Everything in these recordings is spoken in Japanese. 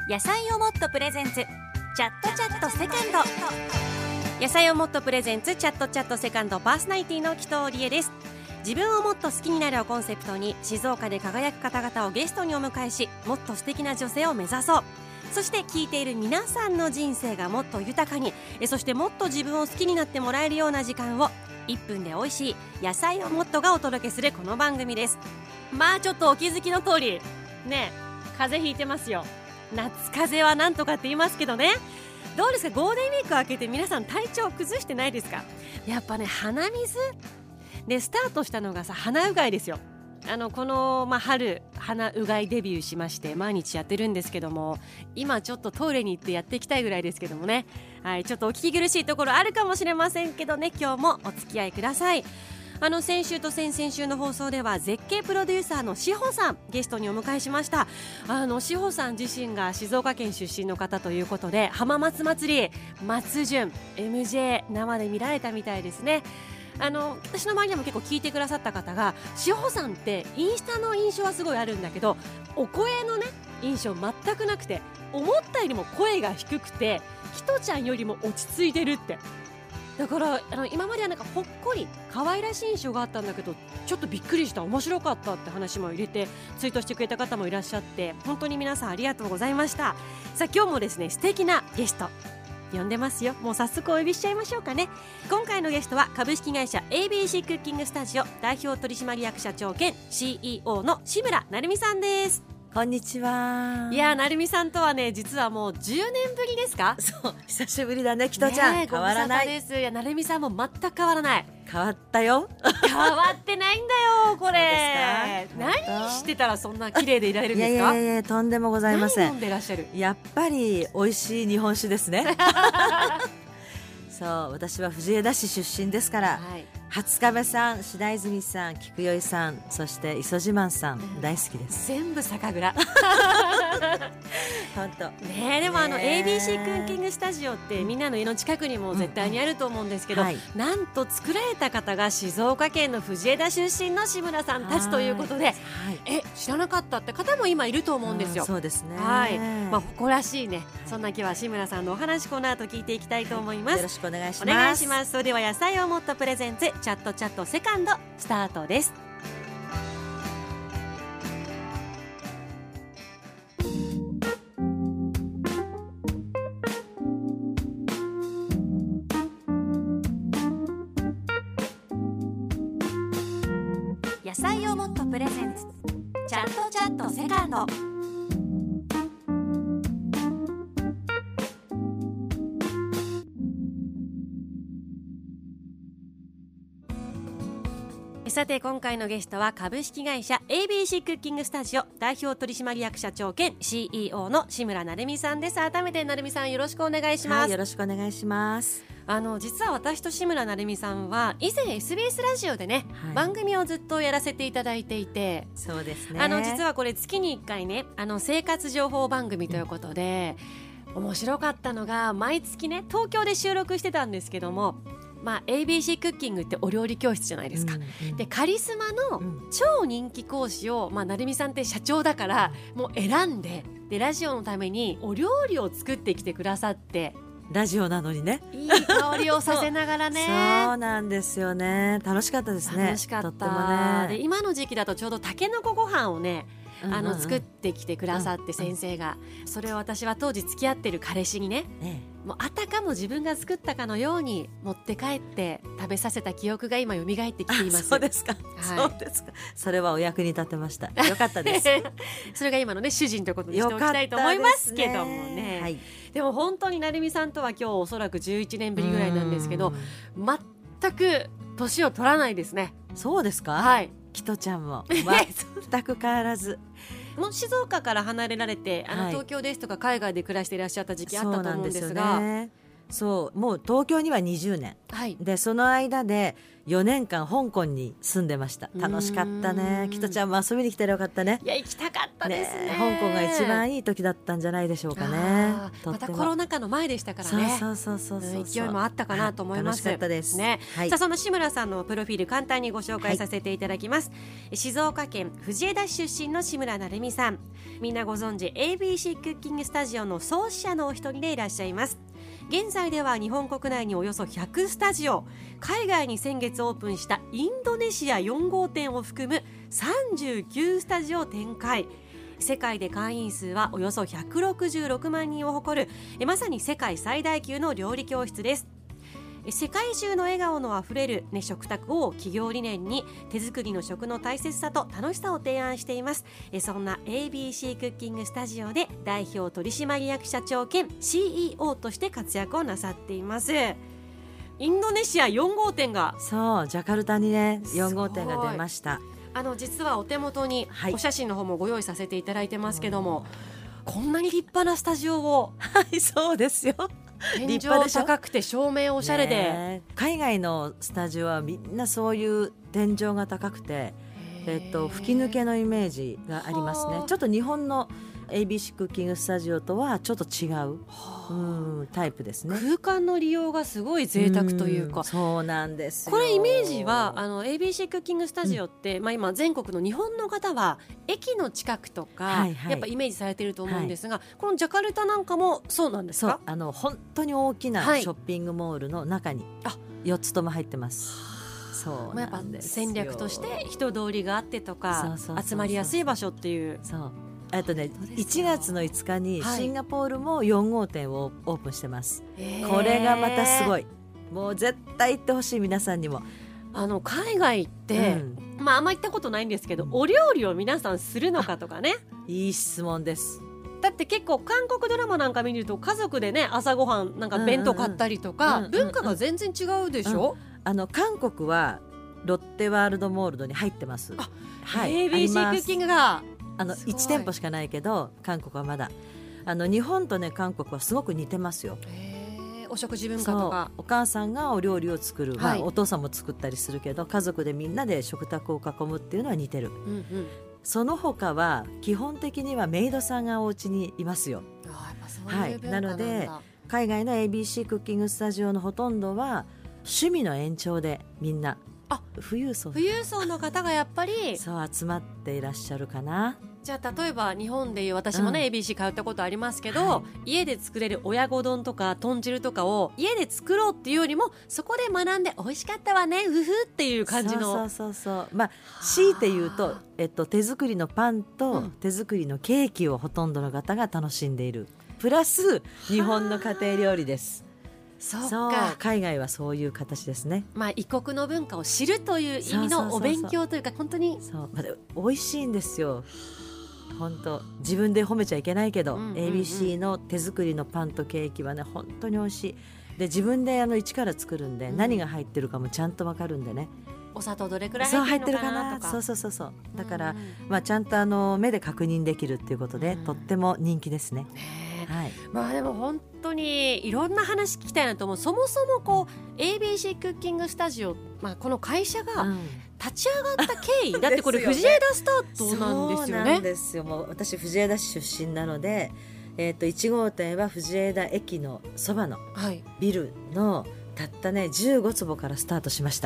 野菜をもっとプレゼンツチャットチャットセカンド。野菜をもっとプレゼンツチャットチャットセカンド、パーソナリティの紀藤理恵です。自分をもっと好きになるをコンセプトに、静岡で輝く方々をゲストにお迎えし、もっと素敵な女性を目指そう。そして聞いている皆さんの人生がもっと豊かに、そしてもっと自分を好きになってもらえるような時間を1分で美味しい野菜をもっとがお届けするこの番組です。まあちょっとお気づきの通りね、風邪ひいてますよ。夏風邪はなんとかって言いますけどね。どうですか、ゴールデンウィーク明けて皆さん体調崩してないですか？やっぱね、鼻水でスタートしたのがさ、鼻うがいですよ。この、春鼻うがいデビューしまして毎日やってるんですけども、今ちょっとトイレに行ってやっていきたいぐらいですけどもね、はい、ちょっとお聞き苦しいところあるかもしれませんけどね、今日もお付き合いください。先週と先々週の放送では絶景プロデューサーの志保さんゲストにお迎えしました。志保さん自身が静岡県出身の方ということで、浜松祭り松潤 MJ 生で見られたみたいですね。私の周りでも結構聞いてくださった方が、志保さんってインスタの印象はすごいあるんだけど、お声のね印象全くなくて、思ったよりも声が低くて、キトちゃんよりも落ち着いてるって。だから今まではなんかほっこり可愛らしい印象があったんだけど、ちょっとびっくりした、面白かったって話も入れてツイートしてくれた方もいらっしゃって、本当に皆さんありがとうございました。さあ今日もですね、素敵なゲスト呼んでますよ。もう早速お呼びしちゃいましょうかね。今回のゲストは株式会社 ABC クッキングスタジオ代表取締役社長兼 CEO の志村成美さんです。 こんにちは。 いや、成美さんとはね、実はもう10年ぶりですか？ そう、久しぶりだね、キトちゃん。変わらない。 ご無沙汰です。いや、成美さんも全く変わらない。 変わったよ。 変わってないんだよこれ。何してたらそんな綺麗でいられるんですか？ いやとんでもございません。 何飲んでらっしゃる？ やっぱり美味しい日本酒ですね。そう、私は藤枝市出身ですから、はい、初亀さん、白泉さん、菊酔さん、そして磯自慢さん、大好きです。 全部酒蔵。 本当ね。でもABC クッキングスタジオってみんなの家の近くにも絶対にあると思うんですけど、はい、なんと作られた方が静岡県の藤枝出身の志村さんたちということで、はい、知らなかったって方も今いると思うんですよ。 そうですね。 はい、誇らしいね。そんな今日は志村さんのお話、この後聞いていきたいと思います。 よろしくお願いします。 お願いします。それでは野菜をもっとプレゼンツチャットチャットセカンドスタートです。野菜をもっとプレゼンツチャットチャットセカンド。さて今回のゲストは株式会社 ABC クッキングスタジオ代表取締役社長兼 CEO の志村成美さんです。改めて成美さん、よろしくお願いします。 はい、よろしくお願いします。 実は私と志村成美さんは以前 SBS ラジオでね、はい、番組をずっとやらせていただいていて、 そうですね、 実はこれ月に1回ね、生活情報番組ということで、面白かったのが毎月ね東京で収録してたんですけども、ABC クッキングってお料理教室じゃないですか、でカリスマの超人気講師を、成美さんって社長だからもう選んで、ラジオのためにお料理を作ってきてくださって、 ラジオなのにね、 いい香りをさせながらね。 そうなんですよね。楽しかったですね。 楽しかった。 とってもね。 で今の時期だとちょうどたけのこご飯をね、作ってきてくださって、先生が、それを私は当時付き合ってる彼氏にね、もうあたかも自分が作ったかのように持って帰って食べさせた記憶が今蘇ってきています。 そうですか、はい、そうですか。それはお役に立てました。よかったです。 それが今のね主人ということにしておきたいと思いますけどもね、はい、でも本当に成美さんとは今日おそらく11年ぶりぐらいなんですけど、全く年を取らないですね。 そうですか。 はい、 キトちゃんも全く変わらず。 もう静岡から離れられて東京ですとか海外で暮らしていらっしゃった時期あったと思うんですが、 そうもう東京には20年、 はい、 でその間で4年間香港に住んでました。楽しかったね。キトちゃんも遊びに来たらよかったね。 いや行きたかったですね。 香港が一番いい時だったんじゃないでしょうかね。 またコロナ禍の前でしたからね。 そう勢いもあったかなと思います。 楽しかったですね。 はい、さあその志村さんのプロフィール簡単にご紹介させていただきます。はい、静岡県藤枝市出身の志村成美さん、みんなご存知 ABC クッキングスタジオの創始者のお一人でいらっしゃいます。現在では日本国内におよそ100スタジオ、海外に先月オープンしたインドネシア4号店を含む39スタジオを展開。世界で会員数はおよそ166万人を誇るまさに世界最大級の料理教室です。世界中の笑顔のあふれる、食卓を企業理念に手作りの食の大切さと楽しさを提案しています。そんな ABC クッキングスタジオで代表取締役社長兼 CEO として活躍をなさっています。インドネシア4号店が、 そうジャカルタにね4号店が出ました。 実はお手元にお写真の方もご用意させていただいてますけども、こんなに立派なスタジオをはいそうですよ。 天井高くて照明おしゃれで、 海外のスタジオはみんなそういう天井が高くて、吹き抜けのイメージがありますね。ちょっと日本の ABC クッキングスタジオとはちょっと違う、タイプですね。 空間の利用がすごい贅沢というか、 そうなんですよ。 これイメージはABC クッキングスタジオって、今全国の日本の方は駅の近くとか、やっぱイメージされてると思うんですが、このジャカルタなんかもそうなんですか？ そう本当に大きなショッピングモールの中に4つとも入ってます。そうなんですよ。 やっぱ戦略として人通りがあってとか集まりやすい場所っていう。 そう1月の5日にシンガポールも4号店をオープンしてます。これがまたすごい。もう絶対行ってほしい、皆さんにも。 海外って、あんま行ったことないんですけど、お料理を皆さんするのかとかね。 いい質問です。 だって結構韓国ドラマなんか見ると家族でね、朝ごはんなんか弁当買ったりとか、文化が全然違うでしょ。 韓国はロッテワールドモールドに入ってます。 ABC クッキングが 1店舗しかないけど、韓国はまだ日本とね韓国はすごく似てますよ。 お食事文化とか、 お母さんがお料理を作る、お父さんも作ったりするけど、家族でみんなで食卓を囲むっていうのは似てる。その他は基本的にはメイドさんがお家にいますよ。なので海外の ABC クッキングスタジオのほとんどは趣味の延長でみんな富裕層の方がやっぱりそう集まっていらっしゃるかな。 じゃあ例えば日本でいう、私もね、ABC 通ったことありますけど、家で作れる親子丼とか豚汁とかを家で作ろうっていうよりも、そこで学んで美味しかったわねうふっていう感じの。 そう強いて言うと、手作りのパンと手作りのケーキをほとんどの方が楽しんでいる、プラス日本の家庭料理です。 そうか、 海外はそういう形ですね。 異国の文化を知るという意味のお勉強というか、本当に美味しいんですよ。本当自分で褒めちゃいけないけど、ABC の手作りのパンとケーキはね本当に美味しい。で自分で一から作るんで、何が入ってるかもちゃんと分かるんでね。 お砂糖どれくらい入ってるのかなとか。 そうだから、ちゃんと目で確認できるっていうことで、とっても人気ですね。 でも本当にいろんな話聞きたいなと思う。そもそもABC クッキングスタジオ、この会社が立ち上がった経緯、だってこれ藤枝スタートなんですよね。そうなんですよ。もう私藤枝市出身なので、1号店は藤枝駅のそばのビルのたったね15坪からスタートしました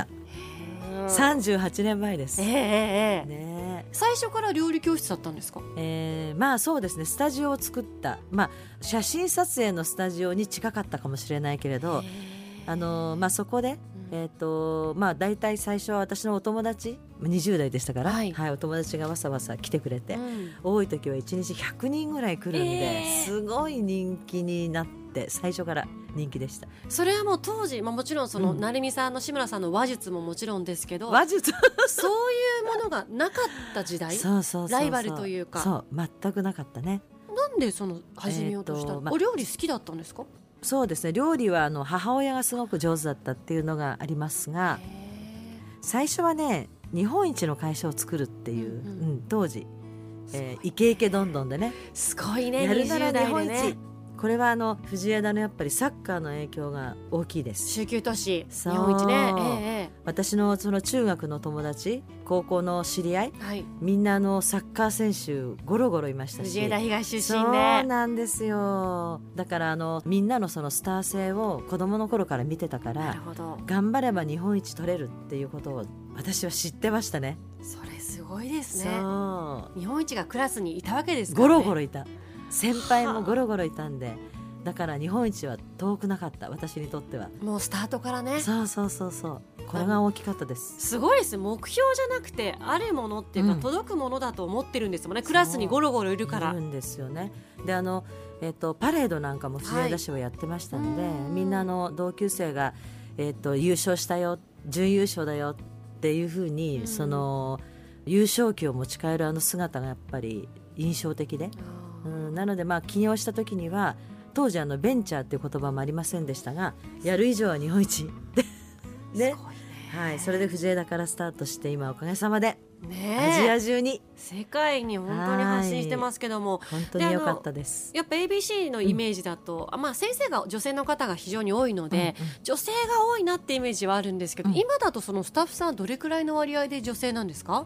。38年前です。最初から料理教室だったんですか？ そうですね。スタジオを作った、写真撮影のスタジオに近かったかもしれないけれど、そこで、だいたい最初は私のお友達20代でしたから、お友達がわさわさ来てくれて、多い時は1日100人ぐらい来るんで、すごい人気になって、最初から人気でした。 それはもう当時、もちろん成美さんの志村さんの話術ももちろんですけど、 話術そういうものがなかった時代、ライバルというか、 全くなかったね。 なんで始めようとしたお料理好きだったんですか？ そうですね。料理は母親がすごく上手だったっていうのがありますが、最初はね日本一の会社を作るっていう、当時、イケイケどんどんでね、 すごいね、 やるなら日本一、 これは藤枝のやっぱりサッカーの影響が大きいです。 中級都市そう日本一ね、 私のその中学の友達、高校の知り合い、 はい、 みんなサッカー選手ゴロゴロいましたし、 藤枝東出身で。 そうなんですよ。だからみんなのそのスター性を子供の頃から見てたかなら、 るほど、 頑張れば日本一取れるっていうことを私は知ってましたね。 それすごいですね。 そう日本一がクラスにいたわけですからゴね。 ロゴロいた、先輩もゴロゴロいたんで、だから日本一は遠くなかった、私にとっては。 もうスタートからね。 そうこれが大きかったです。 すごいです。目標じゃなくてあるものっていうか、届くものだと思ってるんですもんね。クラスにゴロゴロいるから。 いるんですよね。でパレードなんかも藤枝市はやってましたんで、みんな同級生が、優勝したよ、準優勝だよっていうふうに、その優勝旗を持ち帰る姿がやっぱり印象的で、なので起業した時には当時ベンチャーっていう言葉もありませんでしたが、やる以上は日本一ね、はい、それで藤枝からスタートして、今おかげさまでアジア中に、 世界に本当に発信してますけども、 本当に良かったです。 やっぱ ABC のイメージだと、先生が女性の方が非常に多いので、女性が多いなってイメージはあるんですけど、今だとそのスタッフさんはどれくらいの割合で女性なんですか？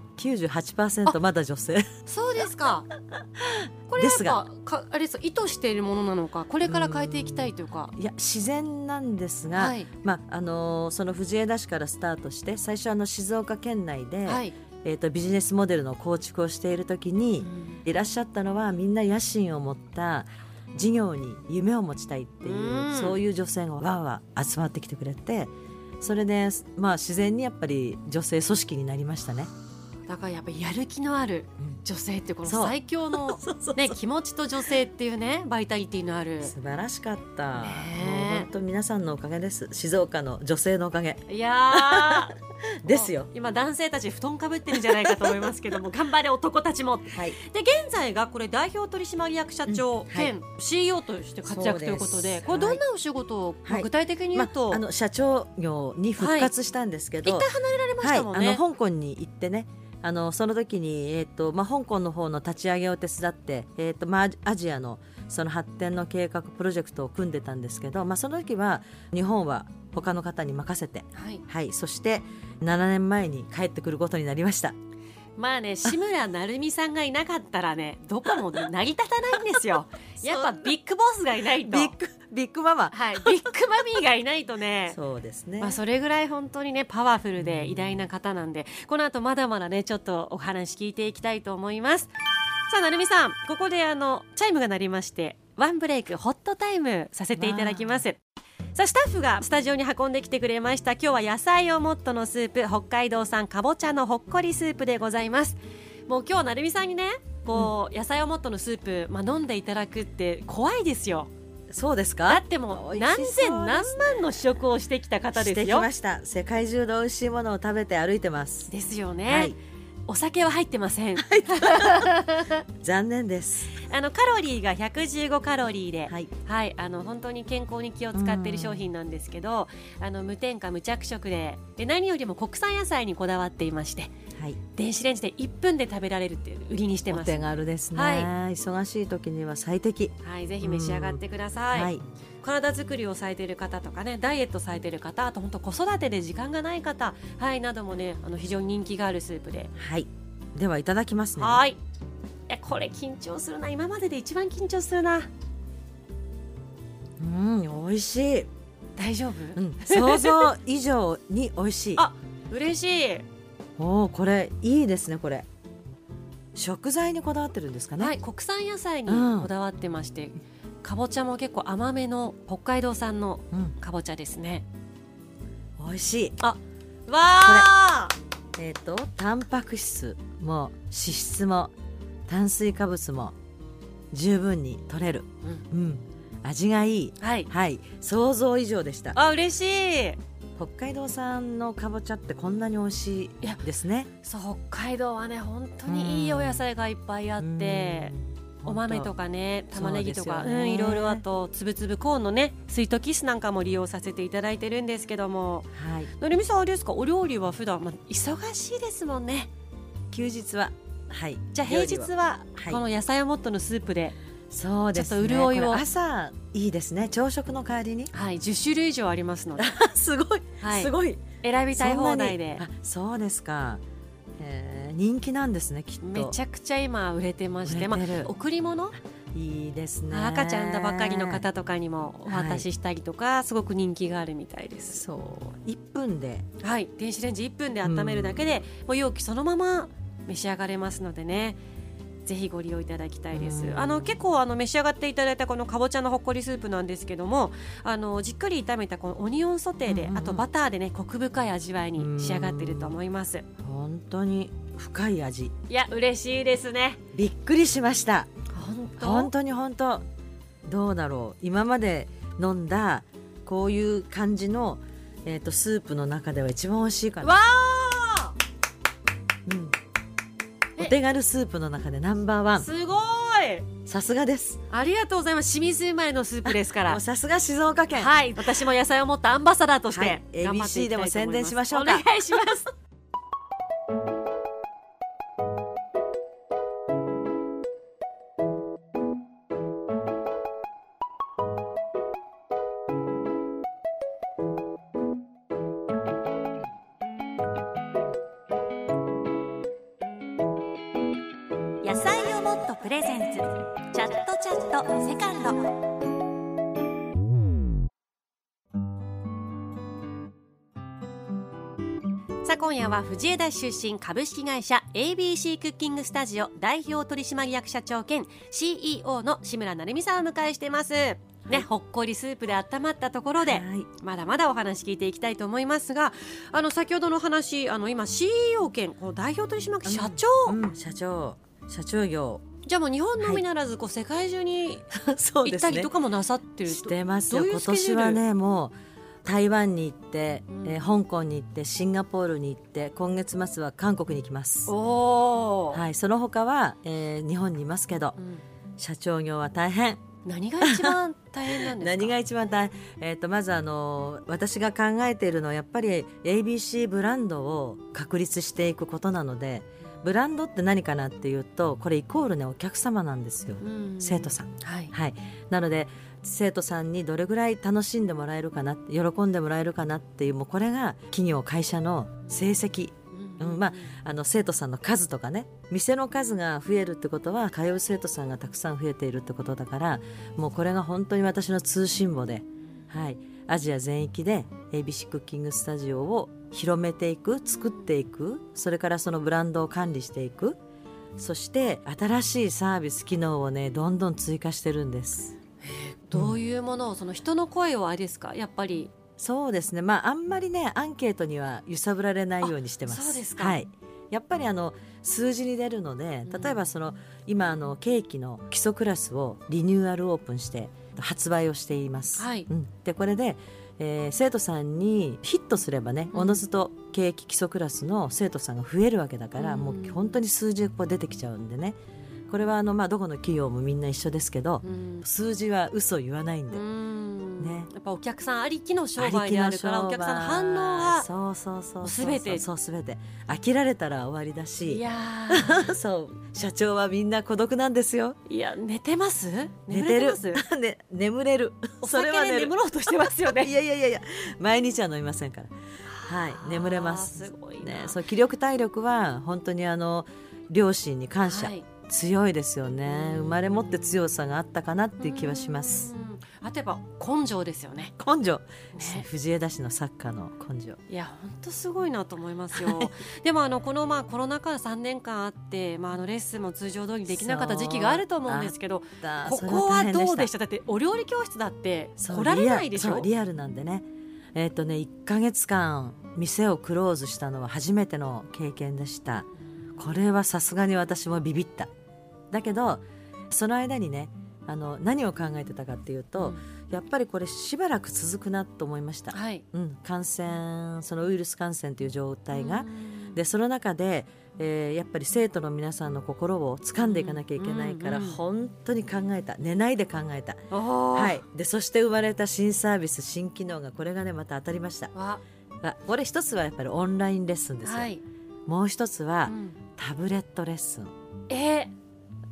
98% まだ女性。 そうですか。これやっぱあれですか、意図しているものなのか、これから変えていきたいというか。 いや、自然なんですが、 はい、 その藤枝市からスタートして、最初静岡県内で、 はい、 ビジネスモデルの構築をしている時に、いらっしゃったのはみんな野心を持った事業に夢を持ちたいっていう、そういう女性がわーわー集まってきてくれて、それで自然にやっぱり女性組織になりましたね。 だからやっぱりやる気のある女性ってこの最強の、ね、気持ちと女性っていうね、バイタリティのある。 素晴らしかった、もう本当皆さんのおかげです。静岡の女性のおかげ。 いやですよ。 今男性たち布団かぶってるんじゃないかと思いますけども頑張れ男たちも、はい、で現在がこれ代表取締役社長兼 CEO として活躍ということで、これどんなお仕事を、具体的に言うと、 社長業に復活したんですけど、 一回離れられましたもんね。 香港に行ってね、その時に、香港の方の立ち上げを手伝って、アジアのその発展の計画プロジェクトを組んでたんですけど、その時は日本は他の方に任せて、そして7年前に帰ってくることになりました。 志村成美さんがいなかったらね、どこも成り立たないんですよ。やっぱビッグボスがいないと、 ビッグママ、 ビッグマミーがいないとね。 そうですね。 それぐらい本当にね、パワフルで偉大な方なんで、この後まだまだね、ちょっとお話聞いていきたいと思います。さあ成美さん、ここでチャイムが鳴りまして、ワンブレイクホットタイムさせていただきます。さあスタッフがスタジオに運んできてくれました。今日は野菜をモットのスープ、北海道産かぼちゃのほっこりスープでございます。もう今日成美さんにね、野菜をモットのスープ、飲んでいただくって怖いですよ。 そうですか？ だってもう何千何万の試食をしてきた方ですよ。 してきました。世界中で美味しいものを食べて歩いてますですよね、お酒は入ってません。 残念です。 カロリーが115カロリーで、本当に健康に気を使っている商品なんですけど、無添加無着色で何よりも国産野菜にこだわっていまして、電子レンジで1分で食べられるっていう売りにしてます。 お手軽ですね、忙しい時には最適。 ぜひ召し上がってください。体作りをされている方とかね、ダイエットされている方、あと本当子育てで時間がない方、などもね、非常に人気があるスープで、 ではいただきますね。 これ緊張するな。今までで一番緊張するな。 美味しい。 大丈夫？ 想像以上に美味しい。 嬉しい。 これいいですね。これ食材にこだわってるんですかね。 国産野菜にこだわってまして、かぼちゃも結構甘めの北海道産のかぼちゃですね。 美味しい。タンパク質も脂質も炭水化物も十分に取れる、味がいい、想像以上でした。 嬉しい。 北海道産のかぼちゃってこんなに美味しいですね。 そう、北海道はね、本当にいいお野菜がいっぱいあって、お豆とかね、玉ねぎとか、いろいろ、あとつぶつぶコーンのね、スイートキスなんかも利用させていただいてるんですけども、成美さんあれですか、お料理は普段、忙しいですもんね。 休日は、 じゃあ平日はこの野菜をモットのスープでそうですね、 ちょっと潤いを、 朝いいですね、朝食の代わりに、 はい、10種類以上ありますのですごい、はい、すごい選びたい放題で。 そうですか、人気なんですね、きっと。 めちゃくちゃ今売れてまして、贈り物いいですね、 赤ちゃんだばかりの方とかにもお渡ししたりとか、すごく人気があるみたいです。 そう1分で、 はい、電子レンジ1分で温めるだけで、もう容器そのまま召し上がれますのでね、ぜひご利用いただきたいです。結構召し上がっていただいたこのかぼちゃのほっこりスープなんですけども、じっくり炒めたこのオニオンソテーで、あとバターでね、コク深い味わいに仕上がっていると思います。 本当に深い味、 いや嬉しいですね。 びっくりしました。 本当にどうだろう、今まで飲んだこういう感じの、スープの中では一番美味しいかな。 わお手軽スープの中でナンバーワン。 すごい、 さすがです。 ありがとうございます。清水生まれのスープですからさすが静岡県。 はい、私も野菜を持ったアンバサダーとして、頑張っていきたいと思います。 ABC でも宣伝しましょうか。 お願いします野菜をもっとプレゼンツ、チャットチャットセカンド。さあ今夜は藤枝出身、株式会社 ABC クッキングスタジオ代表取締役社長兼 CEO の志村成美さんをお迎えしてます。ね、ほっこりスープで温まったところで、まだまだお話聞いていきたいと思いますが、先ほどの話、今 CEO 兼この代表取締役社長、 社長業、 じゃあもう日本のみならず、世界中に行ったりとかもなさってると。 してますよ。今年はね、もう台湾に行って、香港に行って、シンガポールに行って、今月末は韓国に行きます。はい、その他は、日本にいますけど、社長業は大変。 何が一番大変なんですか？ 何が一番大変、まず私が考えているのはやっぱり ABC ブランドを確立していくことなので、ブランドって何かなっていうと、これイコールね、お客様なんですよ、生徒さん、なので生徒さんにどれぐらい楽しんでもらえるかな、喜んでもらえるかなっていう、もうこれが企業会社の成績、生徒さんの数とかね、店の数が増えるってことは通う生徒さんがたくさん増えているってことだから、もうこれが本当に私の通信簿で、アジア全域で ABC クッキングスタジオを広めていく、作っていく、それからそのブランドを管理していく、そして新しいサービス機能をね、どんどん追加してるんです。 どういうものを、その人の声をあれですか、やっぱり。 そうですね、あんまりねアンケートには揺さぶられないようにしてます。 そうですか。 やっぱり数字に出るので、例えば今ケーキの基礎クラスをリニューアルオープンして発売をしています。でこれで、生徒さんにヒットすればね、おのずとケーキ基礎クラスの生徒さんが増えるわけだから、もう本当に数字が出てきちゃうんでね、これはどこの企業もみんな一緒ですけど、数字は嘘言わないんで、やっぱお客さんありきの商売であるから、お客さんの反応が全て飽きられたら終わりだし、 いやそう、社長はみんな孤独なんですよ。 いや、寝てます？ 寝てる眠れる。 お酒で眠ろうとしてますよね。 いや毎日は飲みませんから、眠れます。すごいね。そう、気力体力は本当に両親に感謝、強いですよね。生まれ持って強さがあったかなっていう気はします。 あとやっぱ根性ですよね。 根性、藤枝市のサッカーの根性。 いや本当すごいなと思いますよ。でもこのコロナ禍3年間あって、レッスンも通常通りできなかった時期があると思うんですけど、ここはどうでした？だってお料理教室だって来られないでしょ。 リアルなんでね。1ヶ月間店をクローズしたのは初めての経験でした。これはさすがに私もビビった。だけどその間にね、何を考えてたかっていうと、やっぱりこれしばらく続くなと思いました。感染、そのウイルス感染という状態が、でその中で、やっぱり生徒の皆さんの心を掴んでいかなきゃいけないから、本当に考えた。寝ないで考えた。でそして生まれた新サービス、新機能がこれがね、また当たりました。これ一つはやっぱりオンラインレッスンですよ。もう一つは、タブレットレッスン。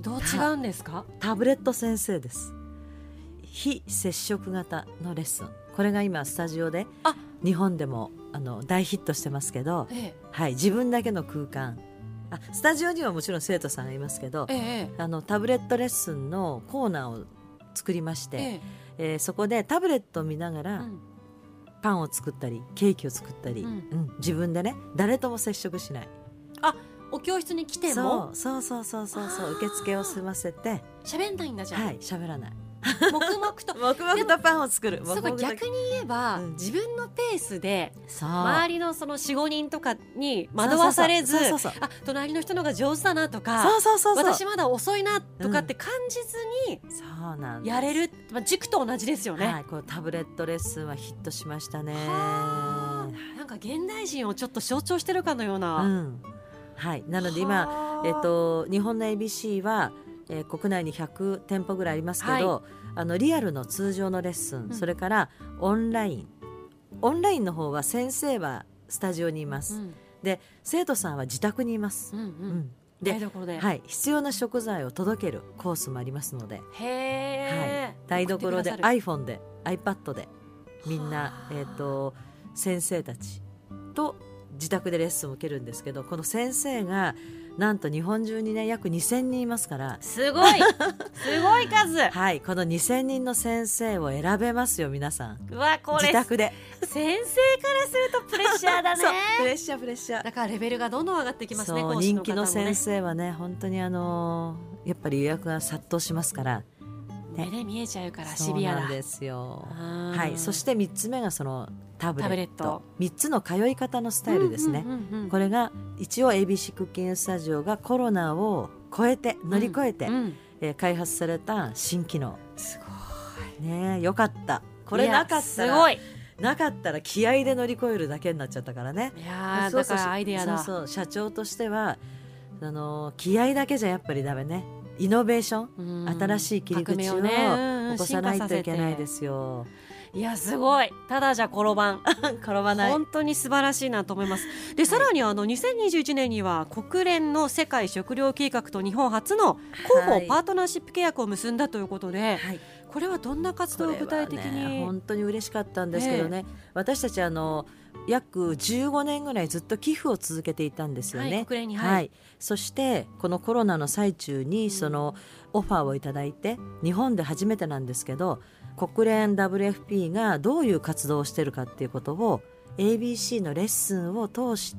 どう違うんですか？ タブレット先生です。非接触型のレッスン、これが今スタジオで日本でも大ヒットしてますけど、はい、自分だけの空間、スタジオにはもちろん生徒さんがいますけど、タブレットレッスンのコーナーを作りまして、そこでタブレットを見ながら、パンを作ったりケーキを作ったり、自分でね、誰とも接触しない。 お教室に来てもそう受付を済ませて喋んないんだじゃん。 はい、喋らない。 黙々と黙々とパンを作る。 そうか、逆に言えば、自分のペースで周りのその 4,5 人とかに惑わされず、隣の人のが上手だなとか、私まだ遅いなとかって感じずにやれる、塾と同じですよね。 はい、このタブレットレッスンはヒットしましたね。 なんか現代人をちょっと象徴してるかのような、 はい、なので今、日本の ABC は国内に100店舗ぐらいありますけど、リアルの通常のレッスン、それからオンラインの方は先生はスタジオにいます、で生徒さんは自宅にいます、で、はい、必要な食材を届けるコースもありますので、台所で iPhone で iPad でみんな、先生たちと自宅でレッスンを受けるんですけど、この先生がなんと日本中にね約2000人いますから、 すごい数はい、この2000人の先生を選べますよ皆さん。 うわ、これ自宅で先生からするとプレッシャーだね。 そう、プレッシャーだからレベルがどんどん上がってきますね。 そう、人気の先生はね本当にやっぱり予約が殺到しますから、 目で見えちゃうからシビアだ。 そうなんですよ。はい、そして3つ目がそのタブレット、3つの通い方のスタイルですね、これが一応 ABC クッキングスタジオがコロナを乗り越えて、開発された新機能。 すごいね、よかった。これなかったら気合で乗り越えるだけになっちゃったからね。 いやだからアイデアだ。 そう社長としては気合だけじゃやっぱりダメね。イノベーション、新しい切り口を起こさないといけないですよ。 いやすごい。ただじゃ転ばない。本当に素晴らしいなと思います。でさらに2021年には国連の世界食糧計画と日本初の広報パートナーシップ契約を結んだということで、これはどんな活動を具体的に？ 本当に嬉しかったんですけどね、私たち約15年ぐらいずっと寄付を続けていたんですよね、 国連に。 そしてこのコロナの最中にそのオファーをいただいて、日本で初めてなんですけど、国連 WFP がどういう活動をしているかっていうことを ABC のレッスンを通して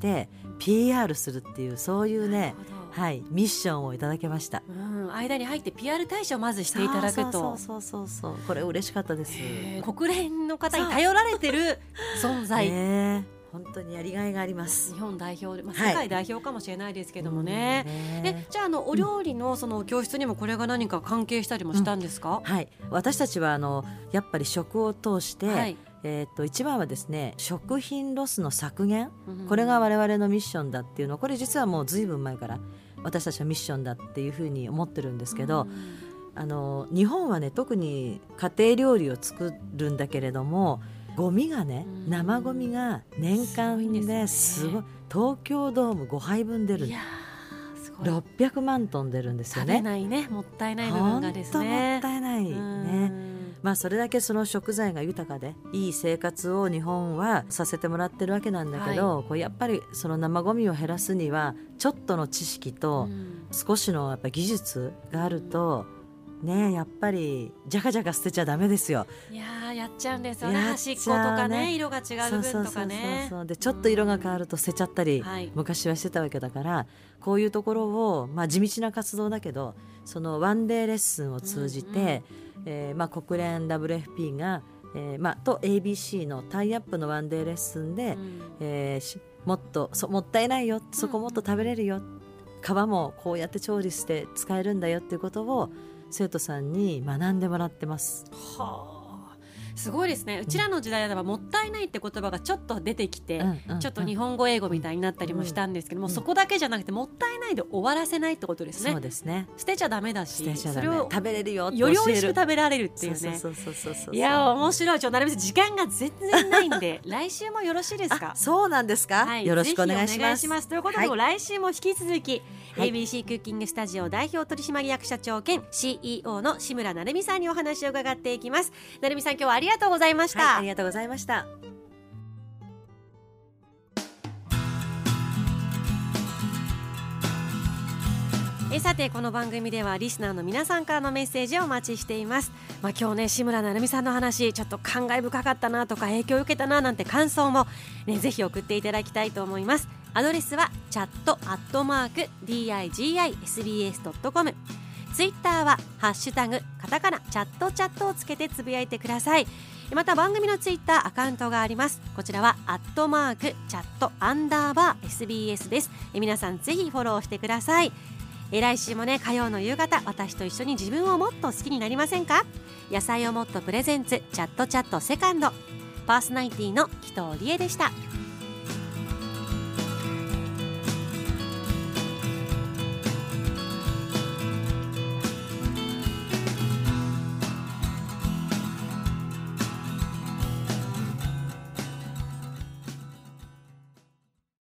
PR するっていう、そういうね、ミッションをいただけました。 間に入って PR 大使をまずしていただくと。 そうこれ嬉しかったです。 国連の方に頼られてる存在、 本当にやりがいがあります。 日本代表で、世界代表かもしれないですけどもね。じゃあお料理のその教室にもこれが何か関係したりもしたんですか？ 私たちはやっぱり食を通して、一番はですね、食品ロスの削減、これが我々のミッションだっていうの、これ実はもうずいぶん前から私たちのミッションだっていうふうに思ってるんですけど、日本はね特に家庭料理を作るんだけれども、ゴミがね、生ゴミが年間ですごい、東京ドーム5杯分出る。600万トン出るんですよね。 食べないね、もったいない部分がですね。 本当もったいないね。それだけその食材が豊かでいい生活を日本はさせてもらってるわけなんだけど、こうやっぱりその生ゴミを減らすにはちょっとの知識と少しのやっぱ技術があるとね、やっぱりじゃかじゃか捨てちゃダメですよ。 やっちゃうんですよね。端っことかね、色が違う部分とかね。 でちょっと色が変わると捨てちゃったり、昔はしてたわけだから、こういうところを、地道な活動だけど、そのワンデーレッスンを通じて、国連 WFP が、と ABC のタイアップのワンデーレッスンで、もっともったいないよ、そこもっと食べれるよ、皮もこうやって調理して使えるんだよっていうことを生徒さんに学んでもらってます。 すごいですね。うちらの時代ではもったいないって言葉がちょっと出てきて、ちょっと日本語英語みたいになったりもしたんですけども、そこだけじゃなくてもったいないで終わらせないってことですね。 そうですね。 捨てちゃダメだし、 それを食べれるよってより美味しく食べられるっていうね。いや面白い。なるべく時間が全然ないんで来週もよろしいですか？ そうなんですか、よろしくお願いします。 ということで、来週も引き続きはい、ABC クッキングスタジオ代表取締役社長兼 CEO の志村成美さんにお話を伺っていきます。成美さん、今日はありがとうございました。 はい、ありがとうございました。 さて、この番組ではリスナーの皆さんからのメッセージをお待ちしています。今日ね、志村成美さんの話ちょっと感慨深かったなとか影響を受けたななんて感想も、ぜひ送っていただきたいと思います。アドレスは chat@digisbs.com、 ツイッターはハッシュタグカタカナチャットチャットをつけてつぶやいてください。また番組のツイッターアカウントがあります。こちらは@chat_SBS です。皆さんぜひフォローしてください。来週もね、火曜の夕方、私と一緒に自分をもっと好きになりませんか？野菜をもっとプレゼンツチャットチャットセカンド、パーソナリティの紀藤理恵でした。